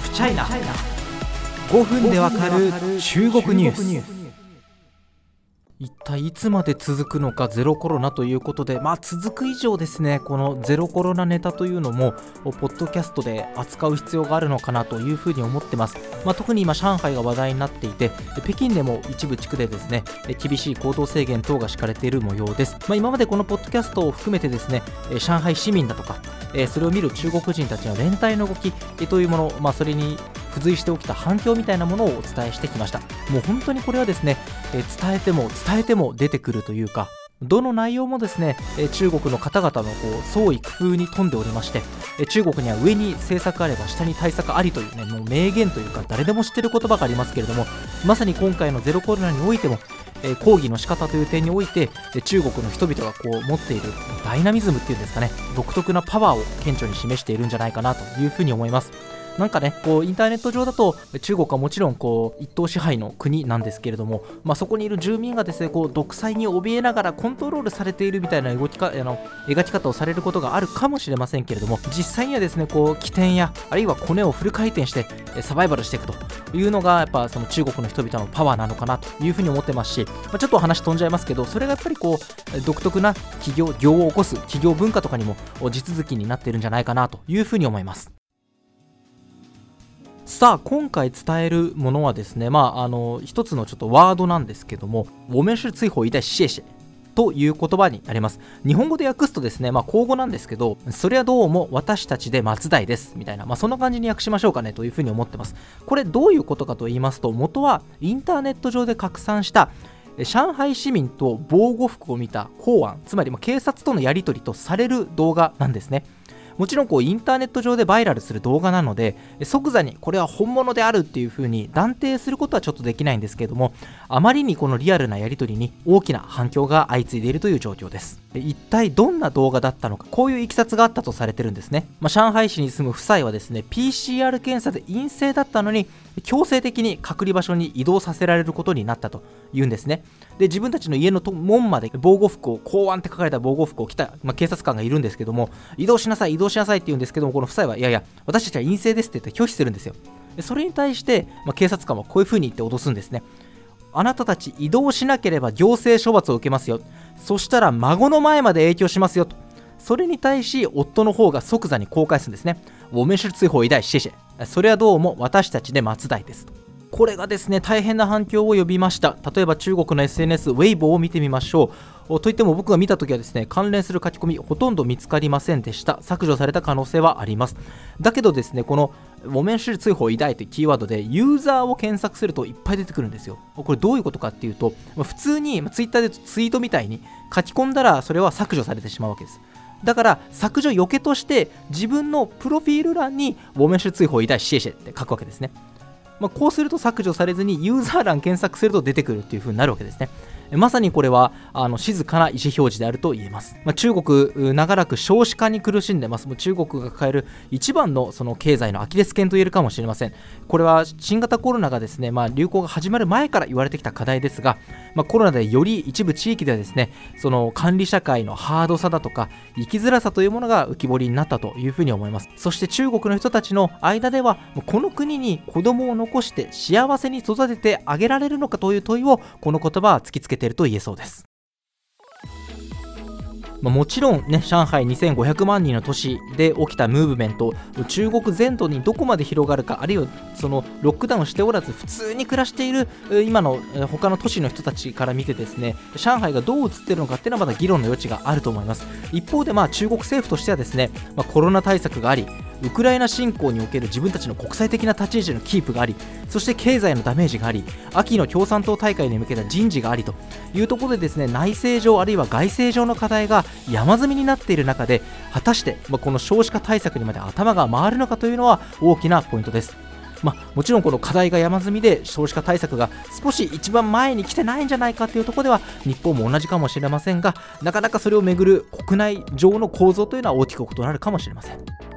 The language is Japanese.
フチャイナ、5分でわかる中国ニュース。一体いつまで続くのかゼロコロナということで、続く以上ですね、このゼロコロナネタというのもポッドキャストで扱う必要があるのかなというふうに思ってます。特に今上海が話題になっていて、北京でも一部地区でですね厳しい行動制限等が敷かれている模様です。今までこのポッドキャストを含めてですね上海市民だとかそれを見る中国人たちの連帯の動きというもの、それに付随して起きた反響みたいなものをお伝えしてきました。もう本当にこれはですね伝えても出てくるというか、どの内容もですね中国の方々の創意工夫に富んでおりまして、中国には上に政策あれば下に対策ありというね、もう名言というか誰でも知っている言葉がありますけれども、まさに今回のゼロコロナにおいても抗議の仕方という点において中国の人々が持っているダイナミズムっていうんですかね、独特なパワーを顕著に示しているんじゃないかなというふうに思います。なんかねインターネット上だと中国はもちろん一党支配の国なんですけれども、そこにいる住民がですね独裁に怯えながらコントロールされているみたいな描き方をされることがあるかもしれませんけれども、実際にはですね起点やあるいはコネをフル回転してサバイバルしていくというのがやっぱその中国の人々のパワーなのかなというふうに思ってますし、ちょっと話飛んじゃいますけど、それがやっぱり独特な業を起こす企業文化とかにも地続きになっているんじゃないかなというふうに思います。さあ今回伝えるものはですね一つのちょっとワードなんですけども、我们是最後一代謝謝という言葉になります。日本語で訳すとですね口語なんですけど、それはどうも私たちで末代ですみたいな、そんな感じに訳しましょうかねというふうに思ってます。これどういうことかと言いますと、元はインターネット上で拡散した上海市民と防護服を見た公安、つまり警察とのやり取りとされる動画なんですね。もちろんインターネット上でバイラルする動画なので即座にこれは本物であるっていう風に断定することはちょっとできないんですけれども、あまりにこのリアルなやり取りに大きな反響が相次いでいるという状況です。一体どんな動画だったのか、こういういきさつがあったとされてるんですね。上海市に住む夫妻はですね PCR 検査で陰性だったのに強制的に隔離場所に移動させられることになったというんですね。で自分たちの家の門まで防護服を公安って書かれた防護服を着た、警察官がいるんですけども、移動しなさいって言うんですけども、この夫妻はいや私たちは陰性ですって言って拒否するんですよ。でそれに対して、警察官はこういう風に言って脅すんですね。あなたたち移動しなければ行政処罰を受けますよ、そしたら孫の前まで影響しますよと。それに対し夫の方が即座にこう返すんですね。我们是最後一代謝謝、それはどうも私たちで末代ですと。これがですね大変な反響を呼びました。例えば中国の SNS ウェイボーを見てみましょう。といっても僕が見たときはですね関連する書き込みほとんど見つかりませんでした。削除された可能性はあります。だけどですねこの我们是最後一代というキーワードでユーザーを検索するといっぱい出てくるんですよ。これどういうことかっていうと、普通にツイッターでツイートみたいに書き込んだらそれは削除されてしまうわけです。だから削除よけとして自分のプロフィール欄に我们是最後一代謝謝って書くわけですね。こうすると削除されずにユーザー欄検索すると出てくるっていう風になるわけですね。まさにこれは静かな意思表示であると言えます。中国長らく少子化に苦しんでます。中国が抱える一番のその経済のアキレス腱と言えるかもしれません。これは新型コロナがですね、流行が始まる前から言われてきた課題ですが、コロナでより一部地域ではですねその管理社会のハードさだとか生きづらさというものが浮き彫りになったというふうに思います。そして中国の人たちの間ではこの国に子供を残して幸せに育ててあげられるのかという問いをこの言葉は突きつけていると言えそうです。もちろんね上海2500万人の都市で起きたムーブメント、中国全土にどこまで広がるか、あるいはそのロックダウンしておらず普通に暮らしている今の他の都市の人たちから見てですね上海がどう映っているのかっていうのはまだ議論の余地があると思います。一方で中国政府としてはですね、コロナ対策がありウクライナ侵攻における自分たちの国際的な立ち位置のキープがあり、そして経済のダメージがあり、秋の共産党大会に向けた人事がありというところでですね内政上あるいは外政上の課題が山積みになっている中で、果たしてこの少子化対策にまで頭が回るのかというのは大きなポイントです。もちろんこの課題が山積みで少子化対策が少し一番前に来てないんじゃないかというところでは日本も同じかもしれませんが、なかなかそれをめぐる国内上の構造というのは大きく異なるかもしれません。